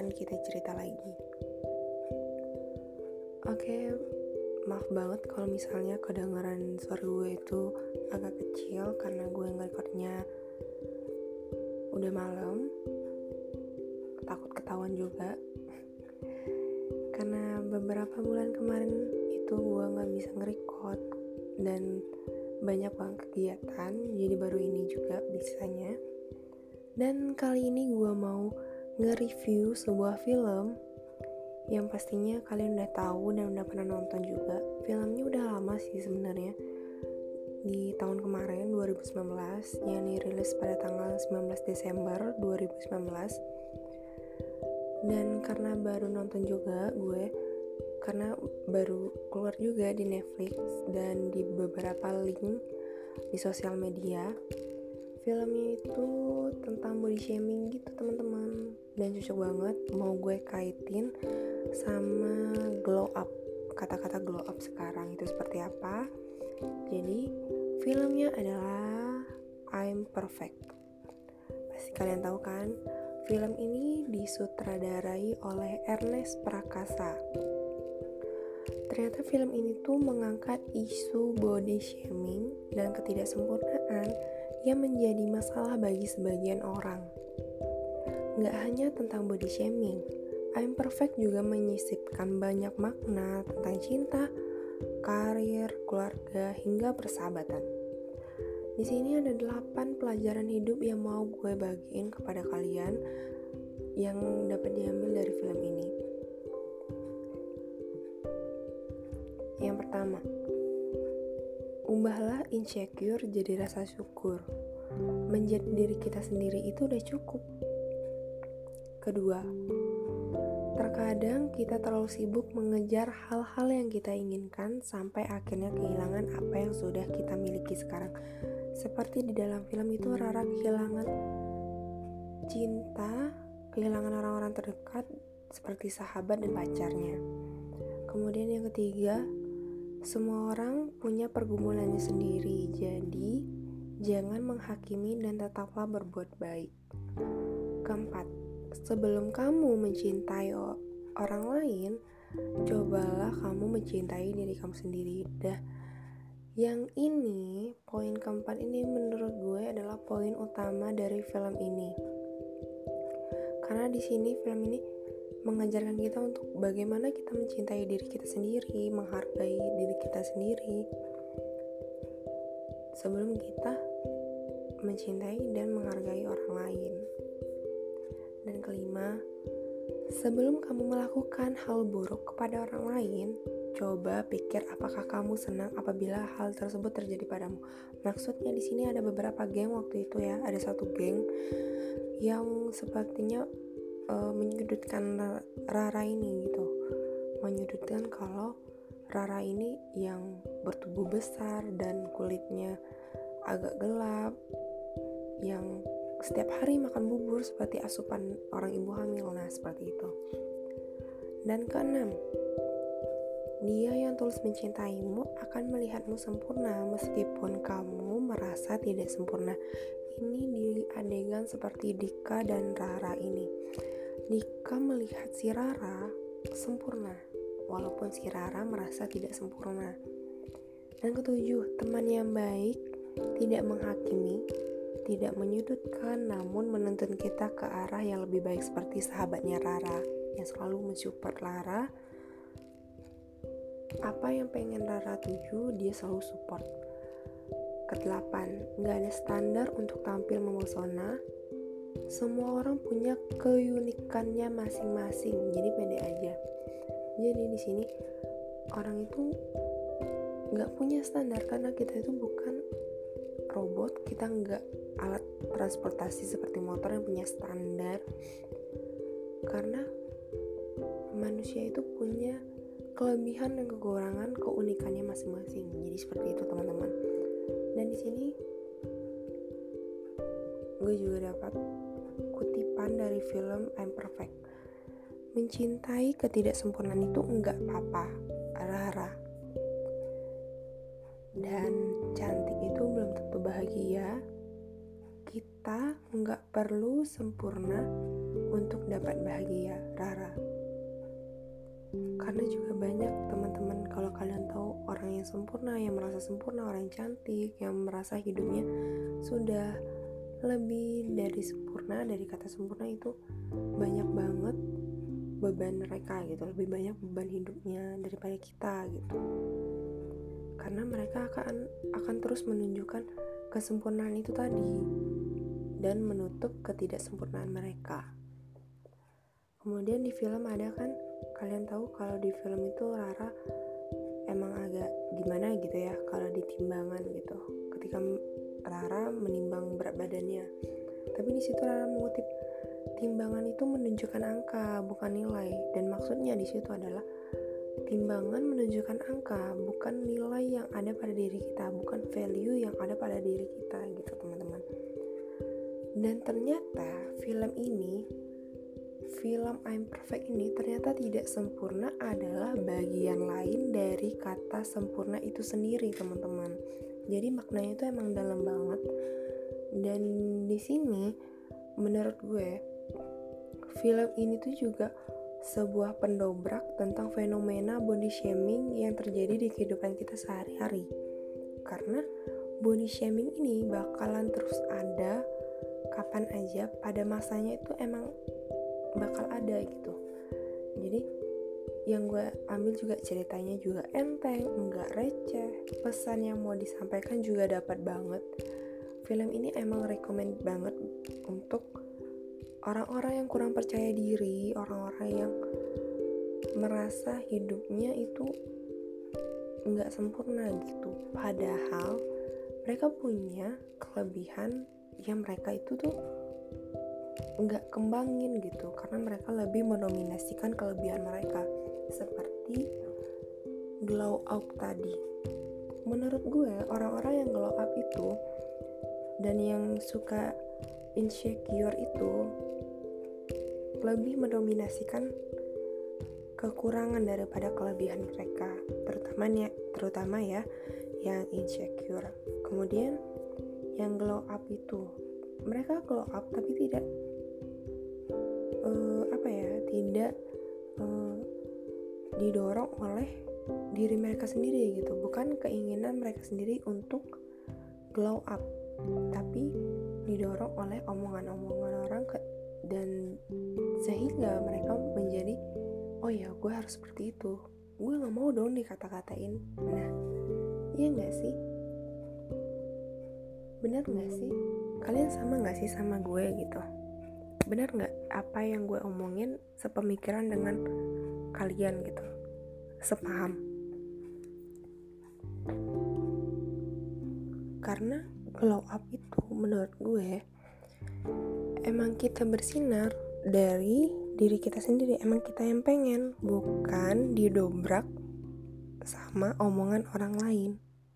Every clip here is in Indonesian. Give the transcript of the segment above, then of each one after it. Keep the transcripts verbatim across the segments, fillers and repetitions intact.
akan kita cerita lagi. Oke, maaf banget kalau misalnya kedengaran suara gue itu agak kecil karena gue nge-recordnya udah malam. Takut ketahuan juga. Karena beberapa bulan kemarin itu gue gak bisa nge-record dan banyak banget kegiatan, jadi baru ini juga bisanya. Dan kali ini gue mau nge-review sebuah film yang pastinya kalian udah tahu dan udah pernah nonton juga. Filmnya udah lama sih sebenarnya, di tahun kemarin dua ribu sembilan belas, yang dirilis pada tanggal sembilan belas Desember dua ribu sembilan belas. Dan karena baru nonton juga gue, karena baru keluar juga di Netflix dan di beberapa link di sosial media. Filmnya itu tentang body shaming gitu teman-teman, dan cocok banget mau gue kaitin sama glow up. Kata-kata glow up sekarang itu seperti apa. Jadi filmnya adalah I'm Perfect. Pasti kalian tahu kan, film ini disutradarai oleh Ernest Prakasa. Ternyata film ini tuh mengangkat isu body shaming dan ketidaksempurnaan yang menjadi masalah bagi sebagian orang. Gak hanya tentang body shaming, I'm Perfect juga menyisipkan banyak makna tentang cinta, karir, keluarga, hingga persahabatan. Di sini ada delapan pelajaran hidup yang mau gue bagiin kepada kalian yang dapat diambil dari film ini. Yang pertama, ubahlah insecure jadi rasa syukur. Menjadi diri kita sendiri itu udah cukup. Kedua, terkadang kita terlalu sibuk mengejar hal-hal yang kita inginkan sampai akhirnya kehilangan apa yang sudah kita miliki sekarang. Seperti di dalam film itu, Rara kehilangan cinta, kehilangan orang-orang terdekat seperti sahabat dan pacarnya. Kemudian yang ketiga, semua orang punya pergumulannya sendiri, jadi jangan menghakimi dan tetaplah berbuat baik. Keempat, sebelum kamu mencintai orang lain, cobalah kamu mencintai diri kamu sendiri. Dah, yang ini, poin keempat ini menurut gue adalah poin utama dari film ini. Karena di sini film ini mengajarkan kita untuk bagaimana kita mencintai diri kita sendiri, menghargai diri kita sendiri sebelum kita mencintai dan menghargai orang lain. Dan kelima, sebelum kamu melakukan hal buruk kepada orang lain, coba pikir apakah kamu senang apabila hal tersebut terjadi padamu. Maksudnya di sini ada beberapa geng waktu itu ya, ada satu geng yang sepertinya uh, menyudutkan Rara ini gitu, menyudutkan kalau Rara ini yang bertubuh besar dan kulitnya agak gelap, yang setiap hari makan bubur seperti asupan orang ibu hamil, nah seperti itu. Dan keenam, dia yang tulus mencintaimu akan melihatmu sempurna meskipun kamu merasa tidak sempurna. Ini di adegan seperti Dika dan Rara ini. Dika melihat si Rara sempurna, walaupun si Rara merasa tidak sempurna. Dan ketujuh, teman yang baik tidak menghakimi, tidak menyudutkan, namun menuntun kita ke arah yang lebih baik, seperti sahabatnya Rara yang selalu mensupport Rara. Apa yang pengen Rara tuju, dia selalu support. Kedelapan, gak ada standar untuk tampil memesona. Semua orang punya keunikannya masing-masing, jadi pede aja. Jadi di sini orang itu gak punya standar karena kita itu bukan robot, kita gak alat transportasi seperti motor yang punya standar. Karena manusia itu punya kelebihan dan kekurangan, keunikannya masing-masing. Jadi seperti itu teman-teman. Dan di sini gue juga dapat kutipan dari film I'm Perfect. Mencintai ketidaksempurnaan itu enggak apa-apa, Rara. Dan cantik itu belum tentu bahagia. Kita enggak perlu sempurna untuk dapat bahagia, Rara. Karena juga banyak teman-teman, kalau kalian tahu, orang yang sempurna, yang merasa sempurna, orang yang cantik, yang merasa hidupnya sudah lebih dari sempurna. Dari kata sempurna itu banyak banget beban mereka gitu, lebih banyak beban hidupnya daripada kita gitu. Karena mereka akan akan terus menunjukkan kesempurnaan itu tadi dan menutup ketidaksempurnaan mereka. Kemudian di film ada kan, kalian tahu kalau di film itu Rara emang agak gimana gitu ya kalau di timbangan gitu, ketika Rara menimbang berat badannya. Tapi di situ Rara mengutip, timbangan itu menunjukkan angka bukan nilai, dan maksudnya di situ adalah timbangan menunjukkan angka, bukan nilai yang ada pada diri kita, bukan value yang ada pada diri kita gitu teman-teman. Dan ternyata film ini, film I'm Perfect ini ternyata tidak sempurna adalah bagian lain dari kata sempurna itu sendiri teman-teman. Jadi maknanya itu emang dalam banget. Dan di sini menurut gue film ini tuh juga sebuah pendobrak tentang fenomena body shaming yang terjadi di kehidupan kita sehari-hari. Karena body shaming ini bakalan terus ada kapan aja, pada masanya itu emang bakal ada gitu. Jadi yang gue ambil juga ceritanya juga enteng, enggak receh, pesan yang mau disampaikan juga dapat banget. Film ini emang recommend banget untuk orang-orang yang kurang percaya diri, orang-orang yang merasa hidupnya itu enggak sempurna gitu. Padahal mereka punya kelebihan yang mereka itu tuh nggak kembangin gitu, karena mereka lebih mendominasikan kelebihan mereka, seperti glow up tadi. Menurut gue orang-orang yang glow up itu dan yang suka insecure itu lebih mendominasikan kekurangan daripada kelebihan mereka, terutamanya terutama ya yang insecure. Kemudian yang glow up itu, mereka glow up tapi tidak uh, apa ya tidak uh, didorong oleh diri mereka sendiri gitu, bukan keinginan mereka sendiri untuk glow up, tapi didorong oleh omongan-omongan orang ke, dan sehingga mereka menjadi, oh ya gue harus seperti itu, gue nggak mau dong dikata-katain. Nah, iya nggak sih? Benar nggak sih? Kalian sama nggak sih sama gue gitu? Benar nggak apa yang gue omongin sepemikiran dengan kalian gitu, sepaham? Karena glow up itu menurut gue emang kita bersinar dari diri kita sendiri, emang kita yang pengen, bukan didobrak sama omongan orang lain.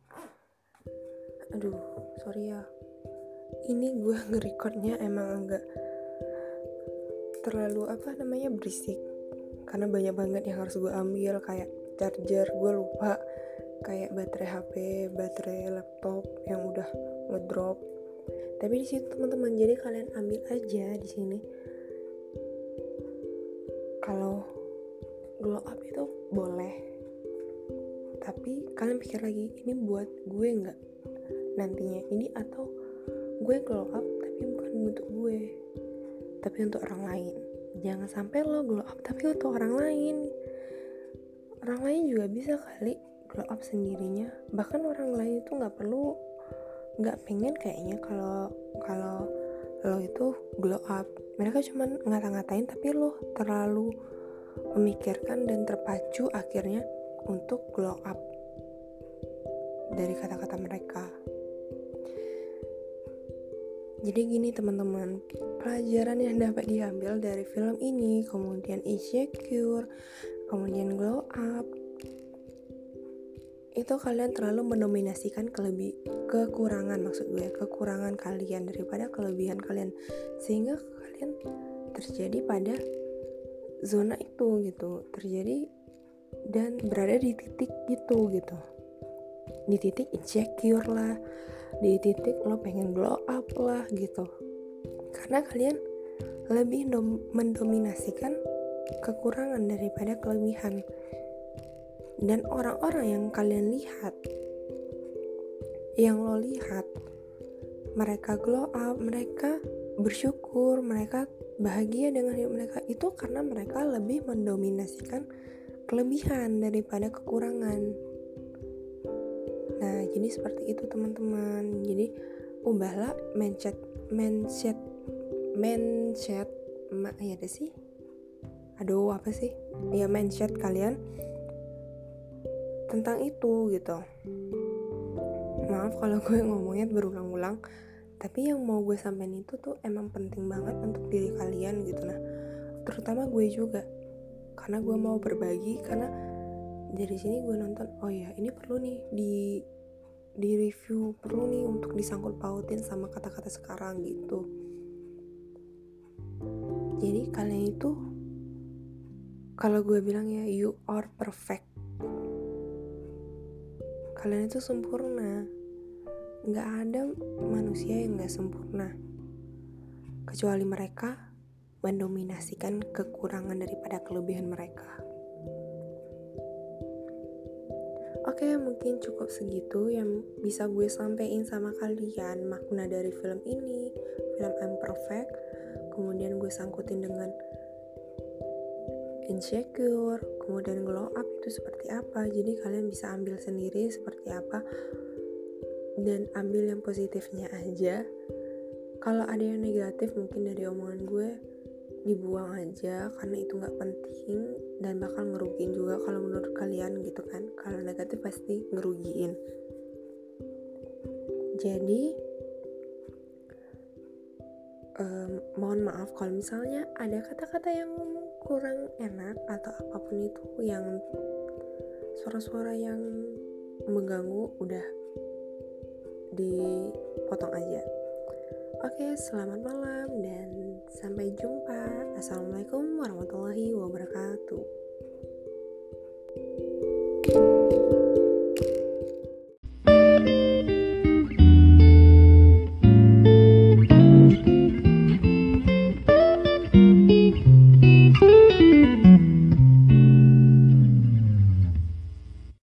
Aduh, sorry ya, ini gue nge-recordnya emang agak terlalu apa namanya berisik, karena banyak banget yang harus gue ambil, kayak charger gue lupa, kayak baterai H P, baterai laptop yang udah ngedrop. Tapi di situ teman-teman, jadi kalian ambil aja di sini. Kalau glow up itu boleh, tapi kalian pikir lagi, ini buat gue nggak nantinya ini, atau gue glow up tapi bukan untuk gue, tapi untuk orang lain. Jangan sampai lo glow up tapi untuk orang lain. Orang lain juga bisa kali glow up sendirinya. Bahkan orang lain itu nggak perlu, nggak pengen kayaknya kalau kalau lo itu glow up. Mereka cuma ngata-ngatain, tapi lo terlalu memikirkan dan terpacu akhirnya untuk glow up dari kata-kata mereka. Jadi gini teman-teman, pelajaran yang dapat diambil dari film ini, kemudian insecure, kemudian glow up, itu kalian terlalu mendominasikan kelebih kekurangan maksud gue kekurangan kalian daripada kelebihan kalian, sehingga kalian terjadi pada zona itu gitu, terjadi dan berada di titik gitu gitu di titik insecure lah, di titik lo pengen glow up lah gitu, karena kalian lebih dom- mendominasikan kekurangan daripada kelebihan. Dan orang-orang yang kalian lihat, yang lo lihat, mereka glow up, mereka bersyukur, mereka bahagia dengan hidup mereka, itu karena mereka lebih mendominasikan kelebihan daripada kekurangan. Nah, jadi seperti itu teman-teman. Jadi ubahlah mindset mindset mindset ma ya ada sih. Aduh, apa sih? Ya mindset kalian tentang itu gitu. Maaf kalau gue ngomongnya berulang-ulang, tapi yang mau gue sampaikan itu tuh emang penting banget untuk diri kalian gitu. Nah, terutama gue juga, karena gue mau berbagi, karena dari sini gue nonton, oh ya ini perlu nih di di review, perlu nih untuk disangkut pautin sama kata-kata sekarang gitu. Jadi kalian itu, kalau gue bilang ya, you are perfect. Kalian itu sempurna. Gak ada manusia yang gak sempurna, kecuali mereka mendominasikan kekurangan daripada kelebihan mereka. Oke, mungkin cukup segitu yang bisa gue sampein sama kalian makna dari film ini, film I'm Perfect. Kemudian gue sangkutin dengan insecure, kemudian glow up itu seperti apa. Jadi kalian bisa ambil sendiri seperti apa, dan ambil yang positifnya aja. Kalau ada yang negatif mungkin dari omongan gue, dibuang aja karena itu gak penting dan bakal ngerugiin juga kalau menurut kalian gitu kan. Kalau negatif pasti ngerugiin. Jadi um, mohon maaf kalau misalnya ada kata-kata yang kurang enak atau apapun itu, yang suara-suara yang mengganggu, udah dipotong aja. Oke, selamat malam dan sampai jumpa. Assalamualaikum warahmatullahi wabarakatuh.